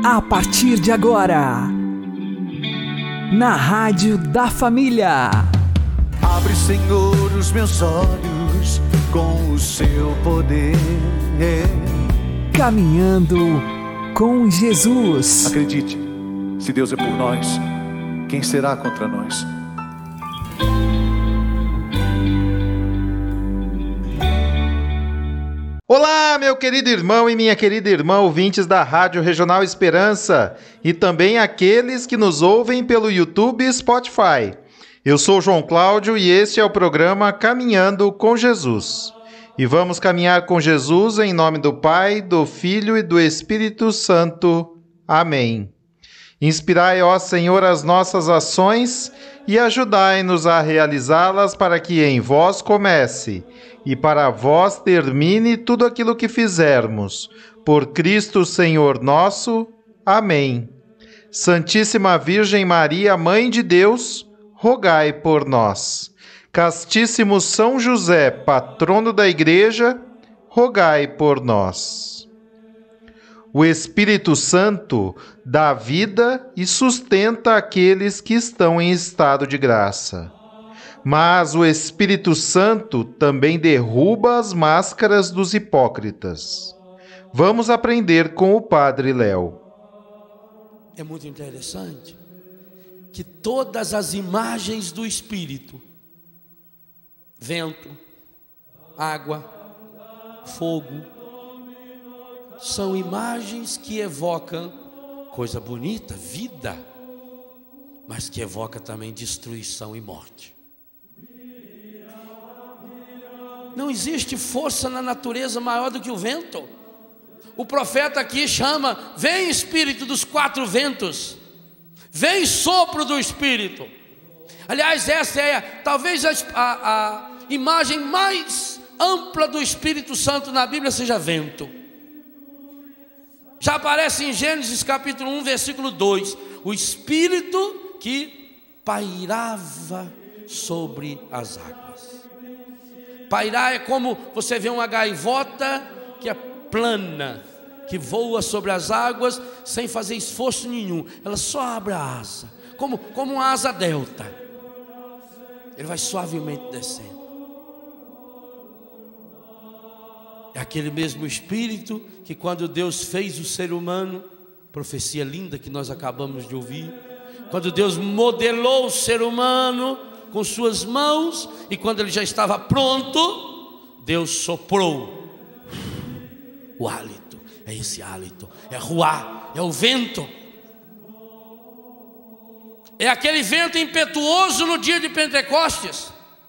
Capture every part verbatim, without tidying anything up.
A partir de agora, na Rádio da Família. Abre, Senhor, os meus olhos com o seu poder. Caminhando com Jesus. Acredite, se Deus é por nós, quem será contra nós? Olá, meu querido irmão e minha querida irmã, ouvintes da Rádio Regional Esperança e também aqueles que nos ouvem pelo YouTube e Spotify. Eu sou João Cláudio e este é o programa Caminhando com Jesus. E vamos caminhar com Jesus em nome do Pai, do Filho e do Espírito Santo. Amém. Inspirai, ó Senhor, as nossas ações e ajudai-nos a realizá-las para que em vós comece e para vós termine tudo aquilo que fizermos. Por Cristo Senhor nosso. Amém. Santíssima Virgem Maria, Mãe de Deus, rogai por nós. Castíssimo São José, patrono da Igreja, rogai por nós. O Espírito Santo dá vida e sustenta aqueles que estão em estado de graça. Mas o Espírito Santo também derruba as máscaras dos hipócritas. Vamos aprender com o Padre Léo. É muito interessante que todas as imagens do Espírito, vento, água, fogo, são imagens que evocam coisa bonita, vida, mas que evoca também destruição e morte. Não existe força na natureza maior do que o vento. O profeta aqui chama: vem Espírito dos quatro ventos, vem sopro do Espírito. Aliás, essa é talvez a, a, a imagem mais ampla do Espírito Santo na Bíblia, seja vento. Já aparece em Gênesis capítulo um, versículo dois, o Espírito que pairava sobre as águas. Pairar é como você vê uma gaivota que é plana, que voa sobre as águas sem fazer esforço nenhum. Ela só abre a asa, como, como uma asa delta. Ele vai suavemente descendo. É aquele mesmo Espírito que quando Deus fez o ser humano, profecia linda que nós acabamos de ouvir, quando Deus modelou o ser humano com suas mãos, e quando ele já estava pronto, Deus soprou o hálito. É esse hálito, é ruá, é o vento. É aquele vento impetuoso no dia de Pentecostes.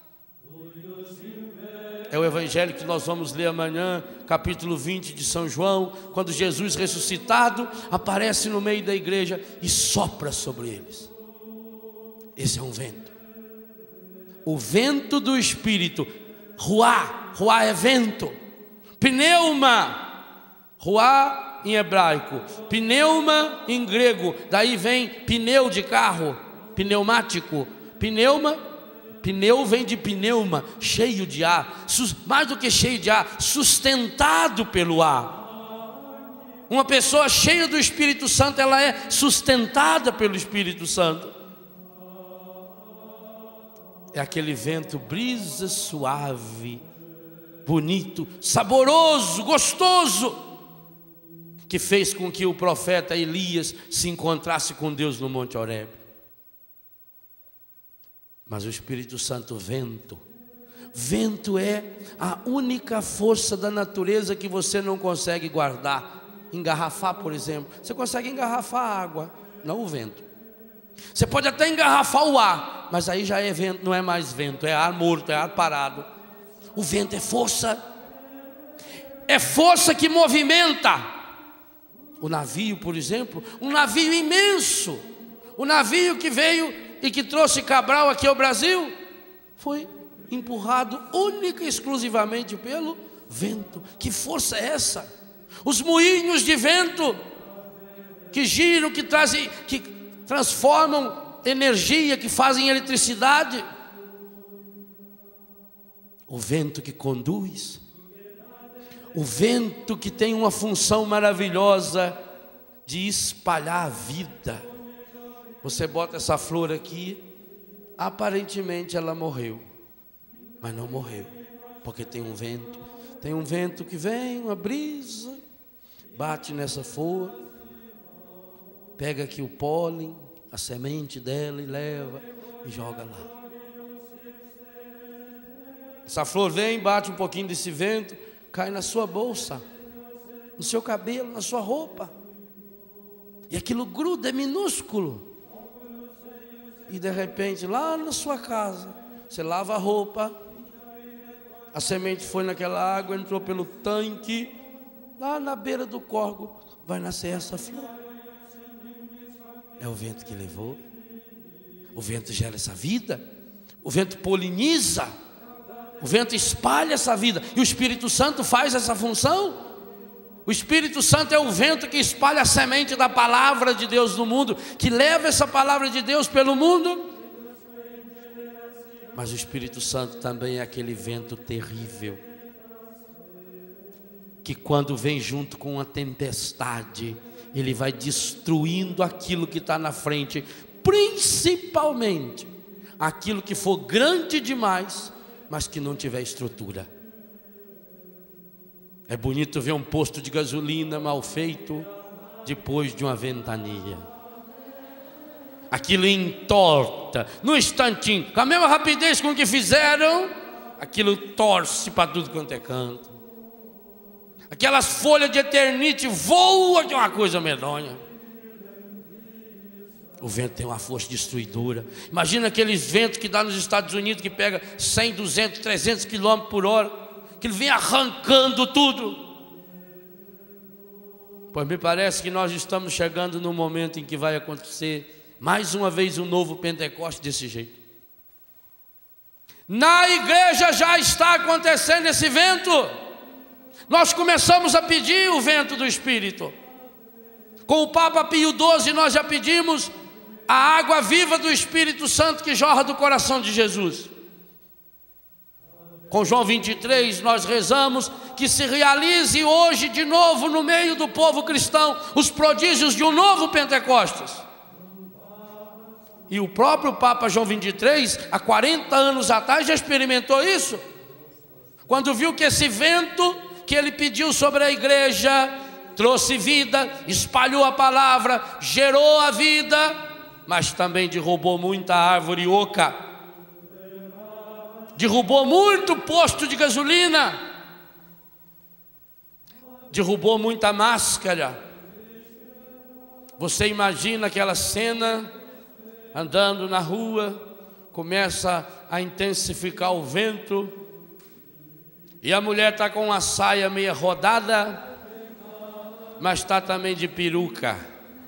É o evangelho que nós vamos ler amanhã, capítulo vinte de São João, quando Jesus ressuscitado aparece no meio da igreja e sopra sobre eles. Esse é um vento. O vento do Espírito, ruá, ruá é vento. Pneuma, ruá em hebraico, pneuma em grego, daí vem pneu de carro, pneumático. Pneuma, pneu vem de pneuma, cheio de ar, mais do que cheio de ar, sustentado pelo ar. Uma pessoa cheia do Espírito Santo, ela é sustentada pelo Espírito Santo. É aquele vento brisa suave, bonito, saboroso, gostoso, que fez com que o profeta Elias se encontrasse com Deus no Monte Horebe. Mas o Espírito Santo, vento, vento é a única força da natureza que você não consegue guardar. Engarrafar, por exemplo, você consegue engarrafar a água, não o vento. Você pode até engarrafar o ar, mas aí já é vento, não é mais vento, é ar morto, é ar parado. O vento é força, é força que movimenta. O navio, por exemplo, um navio imenso, o navio que veio e que trouxe Cabral aqui ao Brasil, foi empurrado única e exclusivamente pelo vento. Que força é essa? Os moinhos de vento que giram, que trazem, que transformam energia, que fazem eletricidade. O vento que conduz, o vento que tem uma função maravilhosa de espalhar a vida. Você bota essa flor aqui, aparentemente ela morreu, mas não morreu, porque tem um vento, tem um vento que vem, uma brisa, bate nessa flor, pega aqui o pólen, a semente dela e leva e joga lá. Essa flor vem, bate um pouquinho desse vento, cai na sua bolsa, no seu cabelo, na sua roupa, e aquilo gruda, é minúsculo. E de repente, lá na sua casa, você lava a roupa, a semente foi naquela água, entrou pelo tanque, lá na beira do córrego, vai nascer essa flor. É o vento que levou. O vento gera essa vida, o vento poliniza, o vento espalha essa vida, e o Espírito Santo faz essa função. O Espírito Santo é o vento que espalha a semente da palavra de Deus no mundo, que leva essa palavra de Deus pelo mundo. Mas o Espírito Santo também é aquele vento terrível, que quando vem junto com uma tempestade, ele vai destruindo aquilo que está na frente, principalmente aquilo que for grande demais, mas que não tiver estrutura. É bonito ver um posto de gasolina mal feito depois de uma ventania. Aquilo entorta, no instantinho, com a mesma rapidez com que fizeram, aquilo torce para tudo quanto é canto. Aquelas folhas de eternite voam de uma coisa medonha. O vento tem uma força destruidora. Imagina aqueles ventos que dá nos Estados Unidos, que pega cem, duzentos, trezentos quilômetros por hora, que ele vem arrancando tudo. Pois me parece que nós estamos chegando no momento em que vai acontecer mais uma vez um novo Pentecoste desse jeito. Na igreja já está acontecendo esse vento. Nós começamos a pedir o vento do Espírito. Com o Papa Pio doze nós já pedimos a água viva do Espírito Santo que jorra do coração de Jesus. Com João vinte e três nós rezamos que se realize hoje de novo no meio do povo cristão os prodígios de um novo Pentecostes. E o próprio Papa João vinte e três, há quarenta anos atrás, já experimentou isso, quando viu que esse vento que ele pediu sobre a igreja trouxe vida, espalhou a palavra, gerou a vida, mas também derrubou muita árvore oca, derrubou muito posto de gasolina, derrubou muita máscara. Você imagina aquela cena, andando na rua, começa a intensificar o vento, e a mulher está com uma saia meia rodada, mas está também de peruca,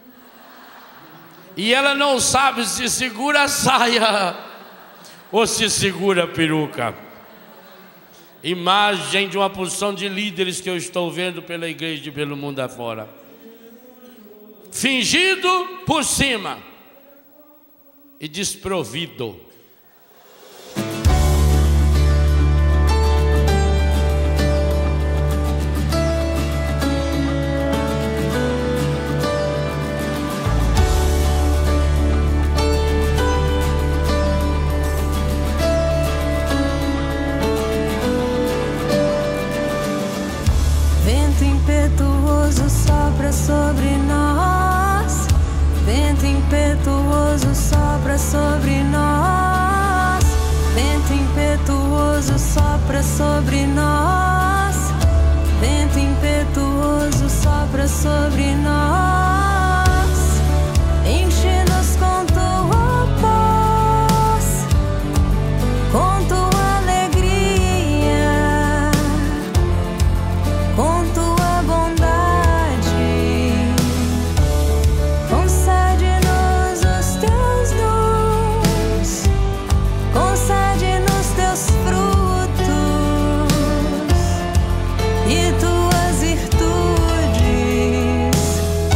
e ela não sabe se segura a saia ou se segura a peruca. Imagem de uma porção de líderes que eu estou vendo pela igreja e pelo mundo afora, fingido por cima e desprovido. Vento impetuoso sopra sobre nós, vento impetuoso sopra sobre nós, vento impetuoso sopra sobre nós, vento impetuoso sopra sobre nós, enche-nos com tua paz, com tua alegria, com tua bondade, concede-nos os teus dons, concede-nos teus frutos e tuas virtudes,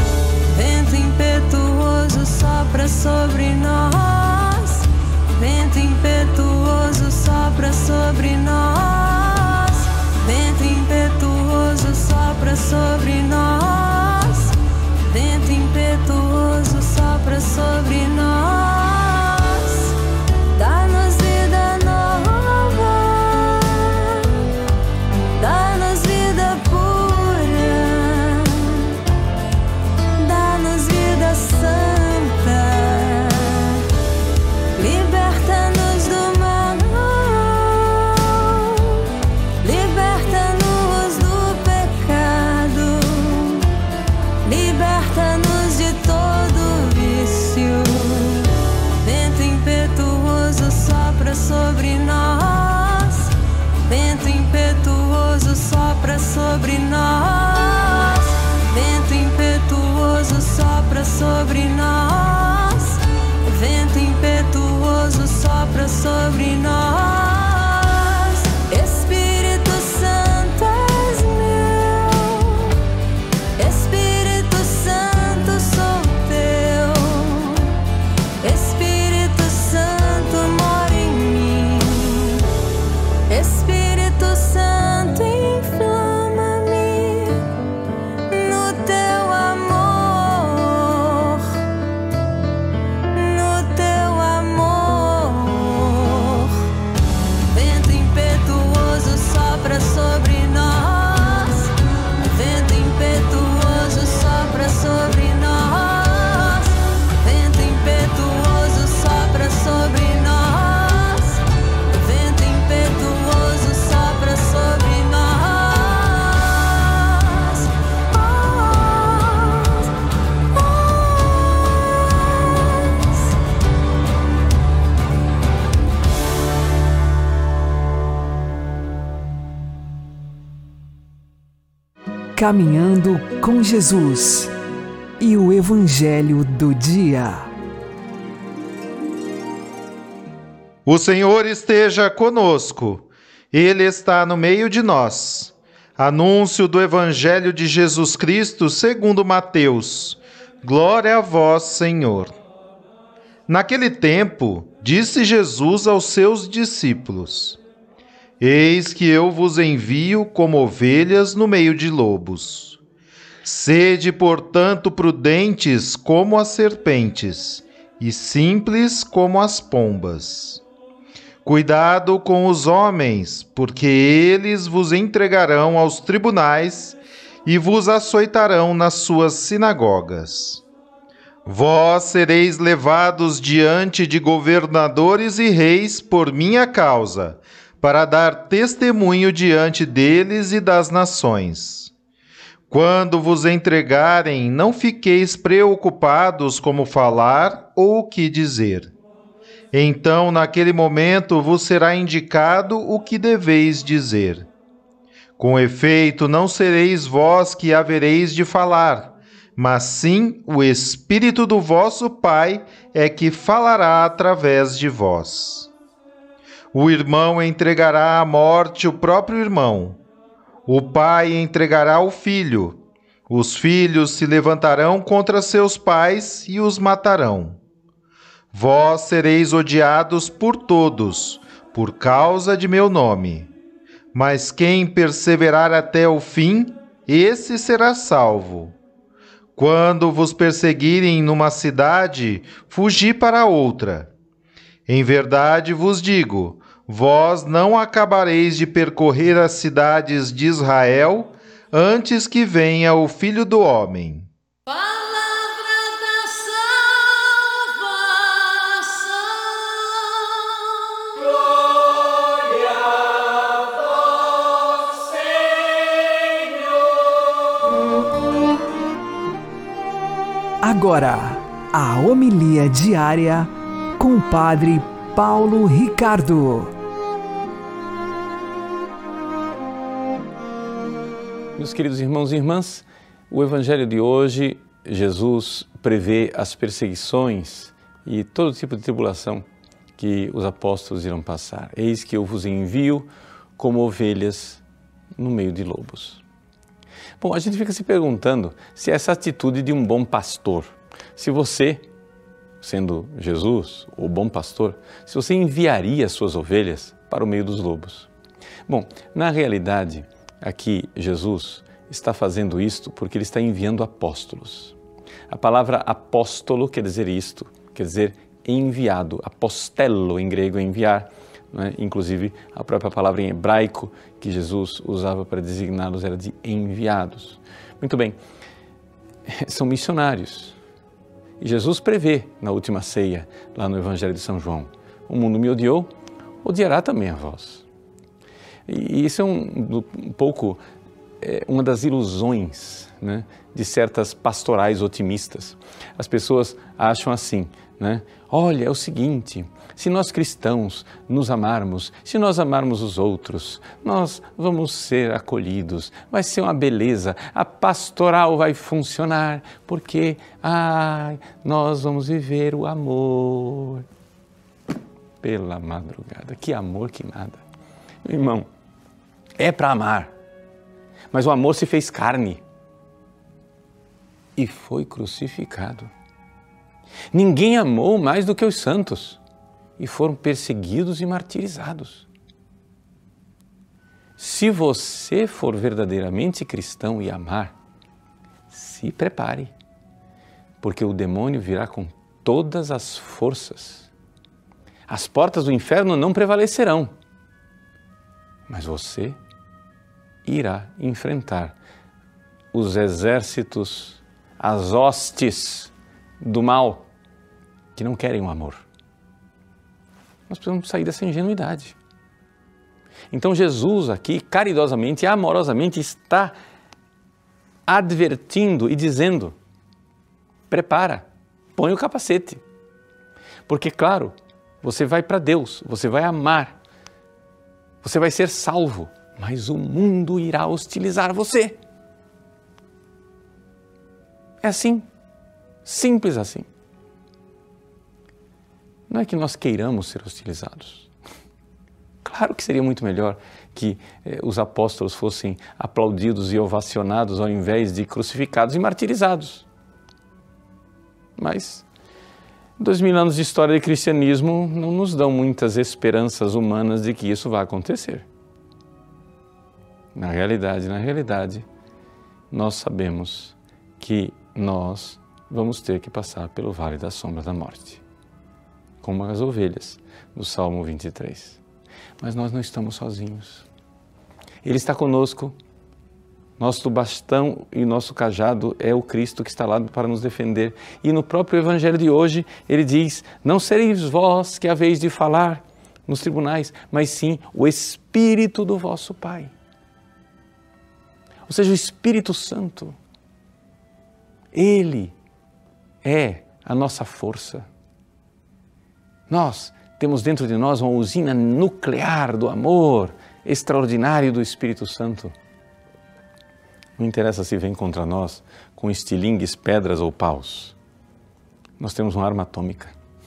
Caminhando com Jesus e o Evangelho do Dia. O Senhor esteja conosco, Ele está no meio de nós. Anúncio do Evangelho de Jesus Cristo segundo Mateus. Glória a vós, Senhor. Naquele tempo, disse Jesus aos seus discípulos: Eis que eu vos envio como ovelhas no meio de lobos. Sede, portanto, prudentes como as serpentes e simples como as pombas. Cuidado com os homens, porque eles vos entregarão aos tribunais e vos açoitarão nas suas sinagogas. Vós sereis levados diante de governadores e reis por minha causa, para dar testemunho diante deles e das nações. Quando vos entregarem, não fiqueis preocupados como falar ou o que dizer. Então, naquele momento, vos será indicado o que deveis dizer. Com efeito, não sereis vós que havereis de falar, mas sim o Espírito do vosso Pai é que falará através de vós. O irmão entregará à morte o próprio irmão. O pai entregará o filho. Os filhos se levantarão contra seus pais e os matarão. Vós sereis odiados por todos, por causa de meu nome. Mas quem perseverar até o fim, esse será salvo. Quando vos perseguirem numa cidade, fugi para outra. Em verdade vos digo, vós não acabareis de percorrer as cidades de Israel antes que venha o Filho do Homem. Palavra da salvação. Glória a vós, Senhor. Agora, a homilia diária com o Padre Paulo Ricardo. Meus queridos irmãos e irmãs, o Evangelho de hoje, Jesus prevê as perseguições e todo tipo de tribulação que os apóstolos irão passar. Eis que eu vos envio como ovelhas no meio de lobos. Bom, a gente fica se perguntando se essa atitude de um bom pastor, se você, sendo Jesus, o bom pastor, se você enviaria as suas ovelhas para o meio dos lobos. Bom, na realidade, aqui Jesus está fazendo isto porque ele está enviando apóstolos. A palavra apóstolo quer dizer isto, quer dizer enviado. Apostello em grego é enviar, não é? Inclusive a própria palavra em hebraico que Jesus usava para designá-los era de enviados. Muito bem, são missionários. E Jesus prevê na última ceia, lá no Evangelho de São João, o mundo me odiou, odiará também a vós. E isso é um, um pouco é, uma das ilusões, né, de certas pastorais otimistas. As pessoas acham assim, né? Olha, é o seguinte, se nós cristãos nos amarmos, se nós amarmos os outros, nós vamos ser acolhidos, vai ser uma beleza, a pastoral vai funcionar, porque ai, nós vamos viver o amor. Pela madrugada, que amor que nada. Meu irmão, é para amar, mas o amor se fez carne e foi crucificado. Ninguém amou mais do que os santos e foram perseguidos e martirizados. Se você for verdadeiramente cristão e amar, se prepare, porque o demônio virá com todas as forças. As portas do inferno não prevalecerão, mas você irá enfrentar os exércitos, as hostes do mal que não querem o amor. Nós precisamos sair dessa ingenuidade. Então Jesus aqui, caridosamente e amorosamente, está advertindo e dizendo: prepara, põe o capacete. Porque, claro, você vai para Deus, você vai amar, você vai ser salvo, mas o mundo irá hostilizar você. É assim, simples assim. Não é que nós queiramos ser hostilizados. Claro que seria muito melhor que eh, os apóstolos fossem aplaudidos e ovacionados ao invés de crucificados e martirizados. Mas dois mil anos de história de cristianismo não nos dão muitas esperanças humanas de que isso vai acontecer. Na realidade, na realidade, nós sabemos que nós vamos ter que passar pelo vale da sombra da morte, como as ovelhas do Salmo vinte e três. Mas nós não estamos sozinhos. Ele está conosco. Nosso bastão e nosso cajado é o Cristo que está lá para nos defender. E no próprio Evangelho de hoje, ele diz: não sereis vós que haveis de falar nos tribunais, mas sim o Espírito do vosso Pai. Ou seja, o Espírito Santo. Ele é a nossa força. Nós temos dentro de nós uma usina nuclear do amor extraordinário do Espírito Santo. Não interessa se vem contra nós com estilingues, pedras ou paus. Nós temos uma arma atômica.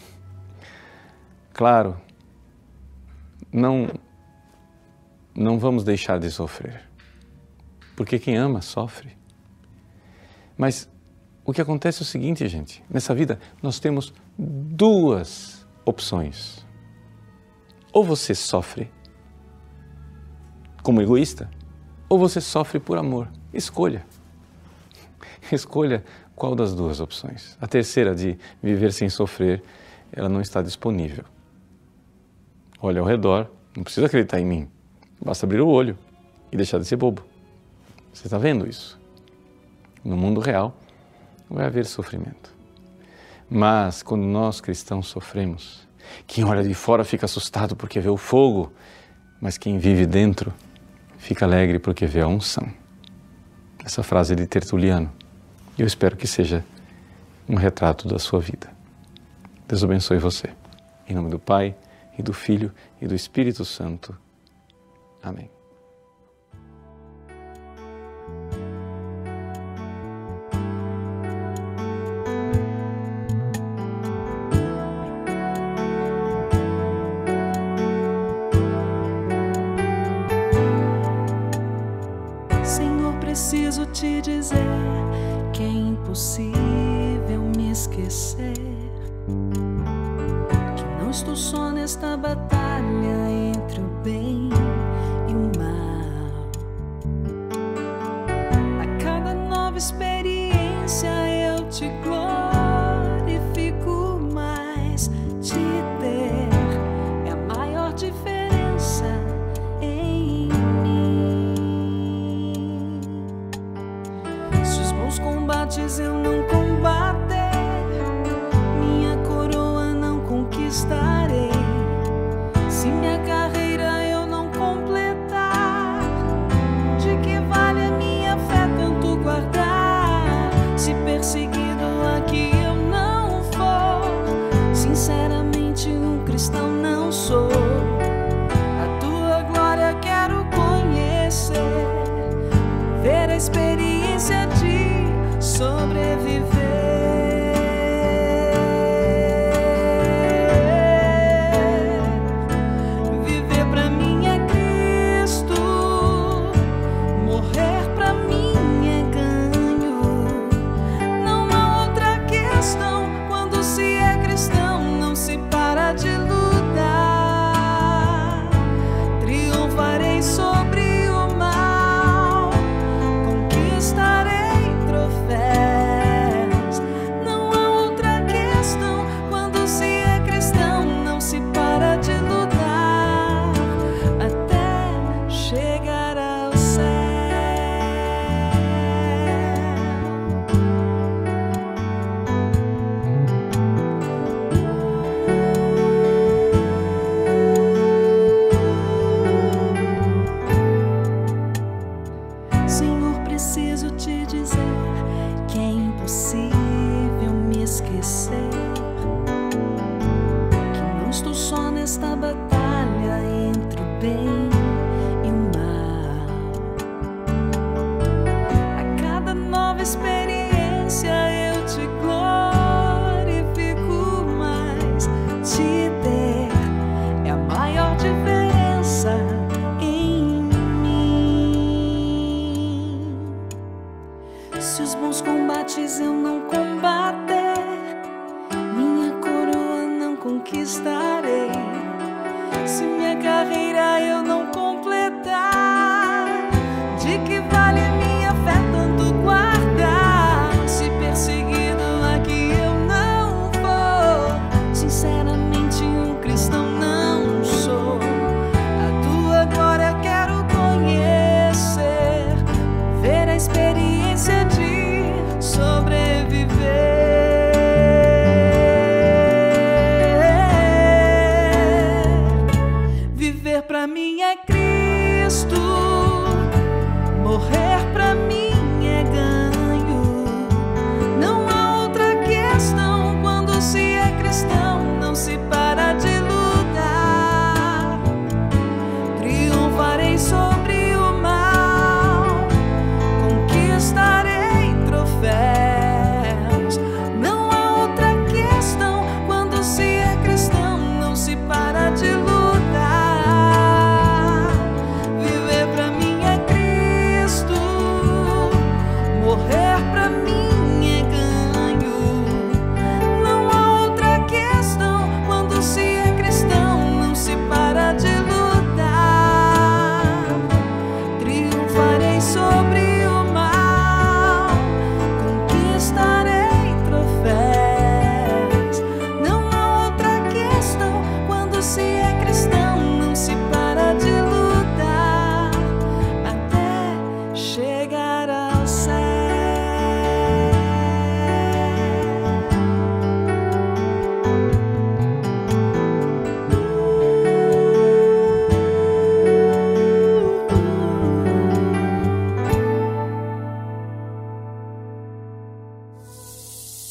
Claro, não, não vamos deixar de sofrer, porque quem ama sofre. Mas o que acontece é o seguinte, gente, nessa vida nós temos duas opções. Ou você sofre como egoísta, ou você sofre por amor. Escolha. Escolha qual das duas opções. A terceira, de viver sem sofrer, ela não está disponível. Olha ao redor, não precisa acreditar em mim. Basta abrir o olho e deixar de ser bobo. Você está vendo isso? No mundo real vai haver sofrimento. Mas quando nós cristãos sofremos, quem olha de fora fica assustado porque vê o fogo, mas quem vive dentro fica alegre porque vê a unção. Essa frase é de Tertuliano e eu espero que seja um retrato da sua vida. Deus abençoe você. Em nome do Pai, e do Filho, e do Espírito Santo. Amém. Preciso te dizer que é impossível me esquecer, que não estou só nesta batalha entre o bem e o mal. A cada nova experiência eu te glorifico mais. Te ter é a maior diferença em os combates eu não combater, minha coroa não conquistarei, se minha carreira eu não completar, de que vale a minha fé tanto guardar, se perseguido aqui eu não for, sinceramente um cristão não sou, a tua glória quero conhecer, ver a experiência de sobreviver, viver pra mim é Cristo, morrer pra mim é ganho, não há outra questão.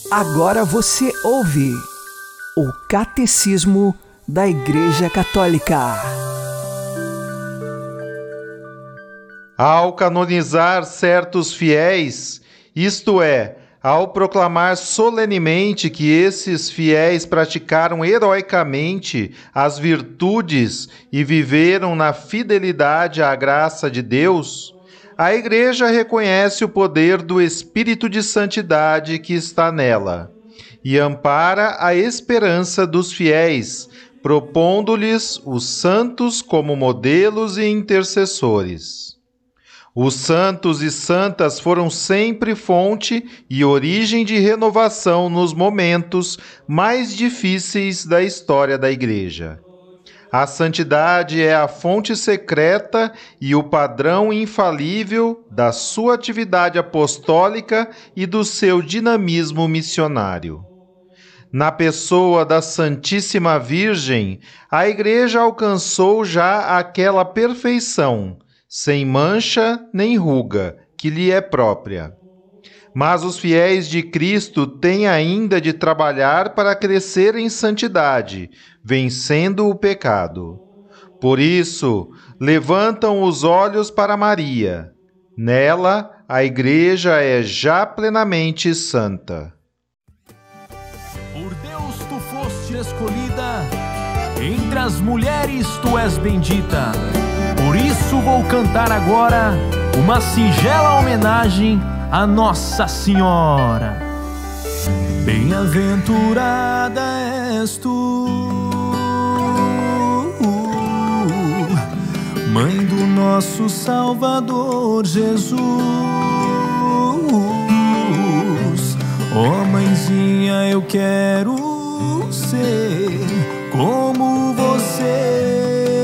Agora você ouve o Catecismo da Igreja Católica. Ao canonizar certos fiéis, isto é, ao proclamar solenemente que esses fiéis praticaram heroicamente as virtudes e viveram na fidelidade à graça de Deus, a Igreja reconhece o poder do Espírito de Santidade que está nela e ampara a esperança dos fiéis, propondo-lhes os santos como modelos e intercessores. Os santos e santas foram sempre fonte e origem de renovação nos momentos mais difíceis da história da Igreja. A santidade é a fonte secreta e o padrão infalível da sua atividade apostólica e do seu dinamismo missionário. Na pessoa da Santíssima Virgem, a Igreja alcançou já aquela perfeição, sem mancha nem ruga, que lhe é própria. Mas os fiéis de Cristo têm ainda de trabalhar para crescer em santidade, vencendo o pecado. Por isso, levantam os olhos para Maria. Nela, a Igreja é já plenamente santa. Por Deus tu foste escolhida, entre as mulheres tu és bendita. Por isso vou cantar agora uma singela homenagem a Nossa Senhora. Bem-aventurada és tu, Mãe do nosso Salvador Jesus. Ó mãezinha, eu quero ser como você.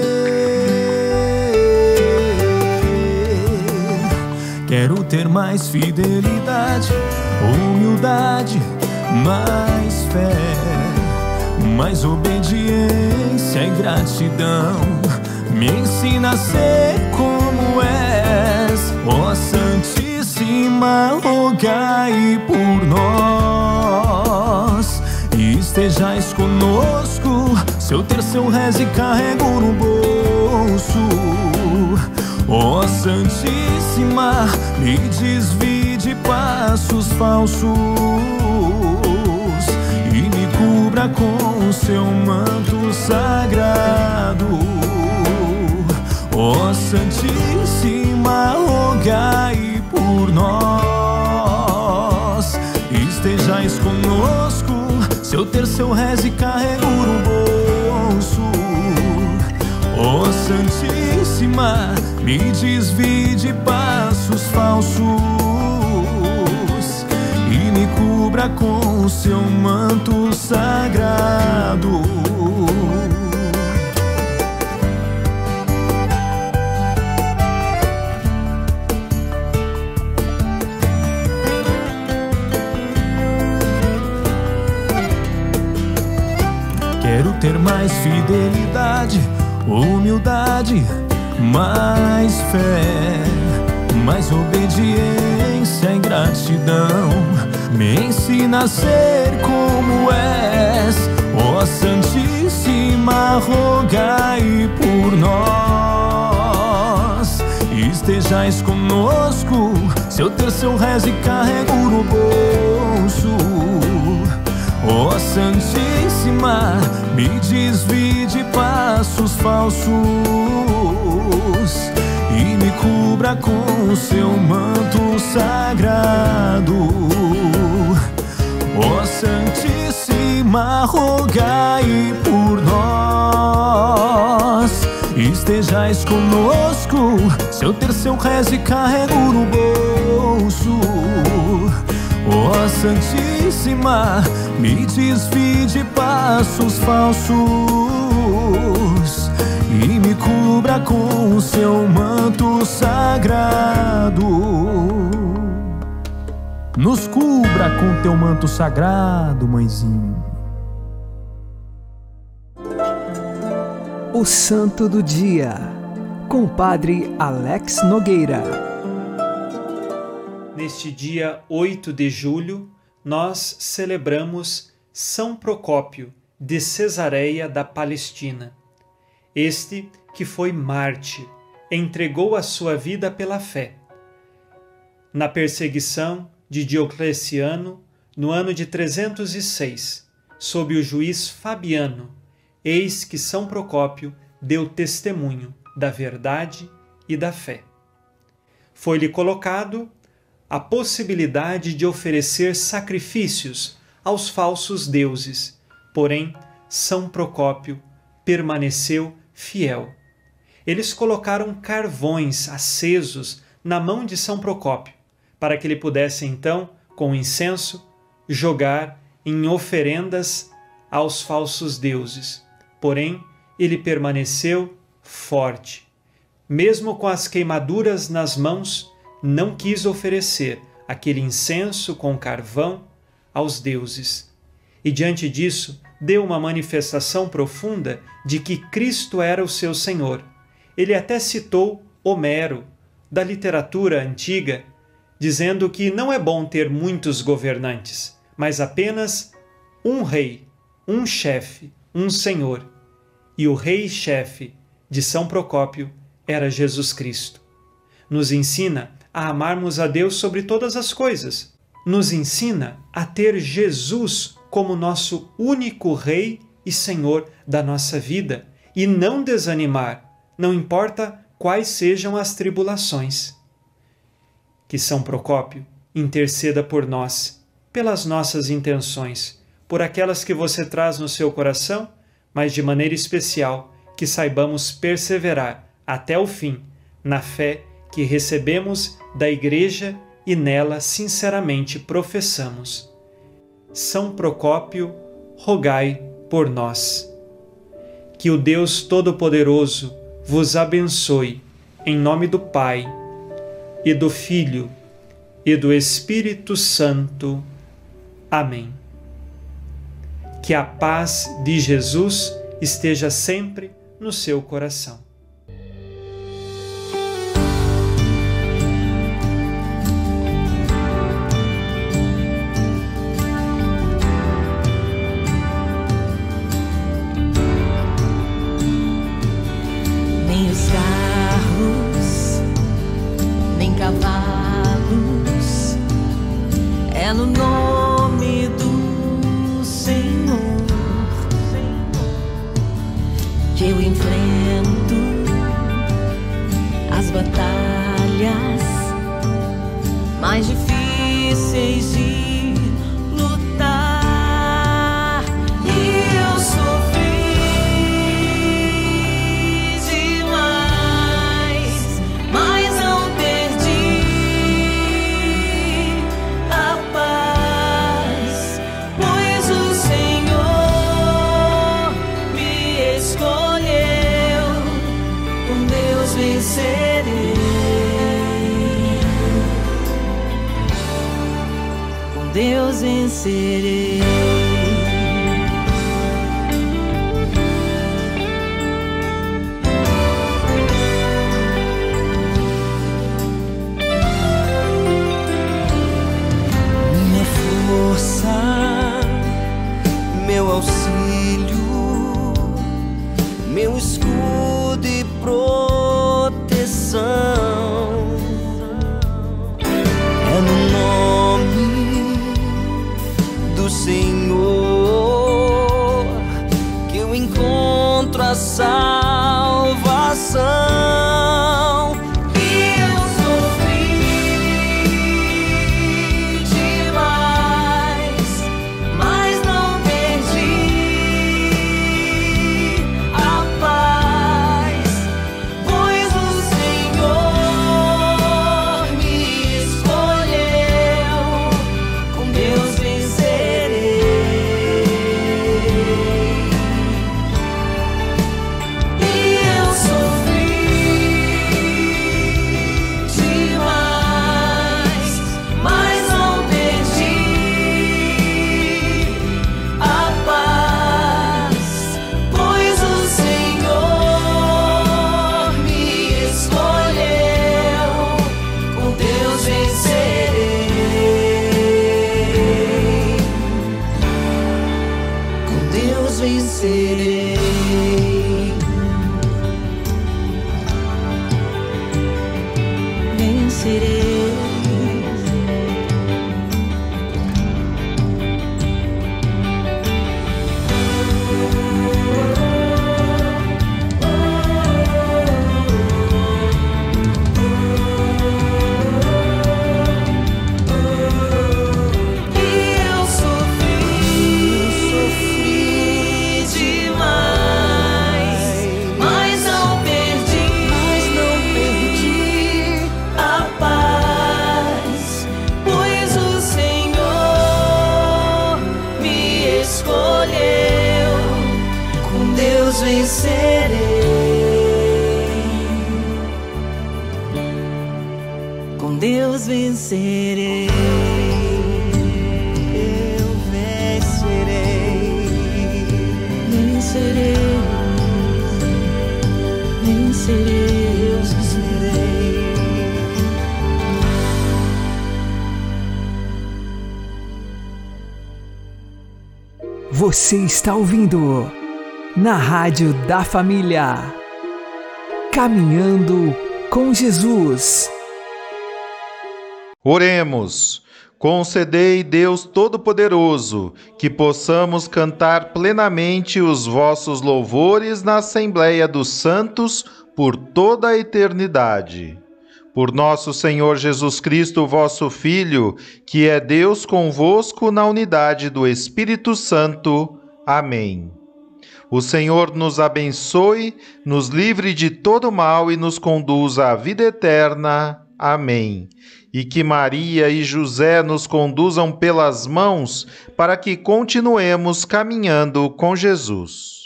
Quero ter mais fidelidade, humildade, mais fé, mais obediência e gratidão. Me ensina a ser como és, ó Santíssima, rogai por nós. E estejais conosco, se eu terço rezo e carrego no bolso. Ó Santíssima, me desvie de passos falsos e me cubra com o seu manto sagrado. Ó Santíssima, rogai por nós. Estejais conosco, se eu terço rezo e carrego no bolso. Ó Santíssima, me desvie de passos falsos e me cubra com o seu manto sagrado. Quero ter mais fidelidade, humildade, mais fé, mais obediência e gratidão. Me ensina a ser como és, ó Santíssima, rogai por nós. Estejais conosco, se eu terço rezo e carrego no bolso. Ó Santíssima, me desvie de passos falsos e me cubra com o seu manto sagrado. Ó Santíssima, rogai por nós. Estejais conosco, se eu terço rezo e carrego no bolso. Ó Santíssima, me desvie de passos falsos e me cubra com o seu manto sagrado. Nos cubra com teu manto sagrado, mãezinha. O Santo do Dia, com o Padre Alex Nogueira. Neste dia oito de julho, nós celebramos São Procópio de Cesareia da Palestina. Este que foi mártir, entregou a sua vida pela fé. Na perseguição de Diocleciano, no ano de trezentos e seis, sob o juiz Fabiano, eis que São Procópio deu testemunho da verdade e da fé. Foi-lhe colocado a possibilidade de oferecer sacrifícios aos falsos deuses, porém São Procópio permaneceu fiel. Eles colocaram carvões acesos na mão de São Procópio, para que ele pudesse então, com incenso, jogar em oferendas aos falsos deuses. Porém, ele permaneceu forte. Mesmo com as queimaduras nas mãos, não quis oferecer aquele incenso com carvão aos deuses. E diante disso, deu uma manifestação profunda de que Cristo era o seu Senhor. Ele até citou Homero, da literatura antiga, dizendo que não é bom ter muitos governantes, mas apenas um rei, um chefe, um senhor. E o rei e chefe de São Procópio era Jesus Cristo. Nos ensina a amarmos a Deus sobre todas as coisas. Nos ensina a ter Jesus como nosso único Rei e Senhor da nossa vida e não desanimar, não importa quais sejam as tribulações. Que São Procópio interceda por nós, pelas nossas intenções, por aquelas que você traz no seu coração, mas de maneira especial que saibamos perseverar até o fim na fé que recebemos da Igreja e nela sinceramente professamos. São Procópio, rogai por nós. Que o Deus Todo-Poderoso vos abençoe, em nome do Pai, e do Filho, e do Espírito Santo. Amém. Que a paz de Jesus esteja sempre no seu coração. É no nome do Senhor que eu enfrento as batalhas mais difíceis de lutar. E eu sofri demais, mas não perdi a paz, pois o Senhor me escolheu. Com Deus vencerei, com Deus vencerei. Minha força, meu auxílio, meu escudo e proteção, é no nome do Senhor que eu encontro a salvação. E eu sofri demais, mas não perdi a paz, pois o Senhor me escolheu. Com Deus vencerei. E vencerei. Vencerei. Com Deus vencerei. Eu vencerei. Vencerei. Vencerei. Eu vencerei. Você está ouvindo na Rádio da Família, Caminhando com Jesus. Oremos. Concedei, Deus Todo-Poderoso, que possamos cantar plenamente os vossos louvores na Assembleia dos Santos por toda a eternidade. Por nosso Senhor Jesus Cristo, vosso Filho, que é Deus convosco na unidade do Espírito Santo. Amém. O Senhor nos abençoe, nos livre de todo mal e nos conduza à vida eterna. Amém. E que Maria e José nos conduzam pelas mãos para que continuemos caminhando com Jesus.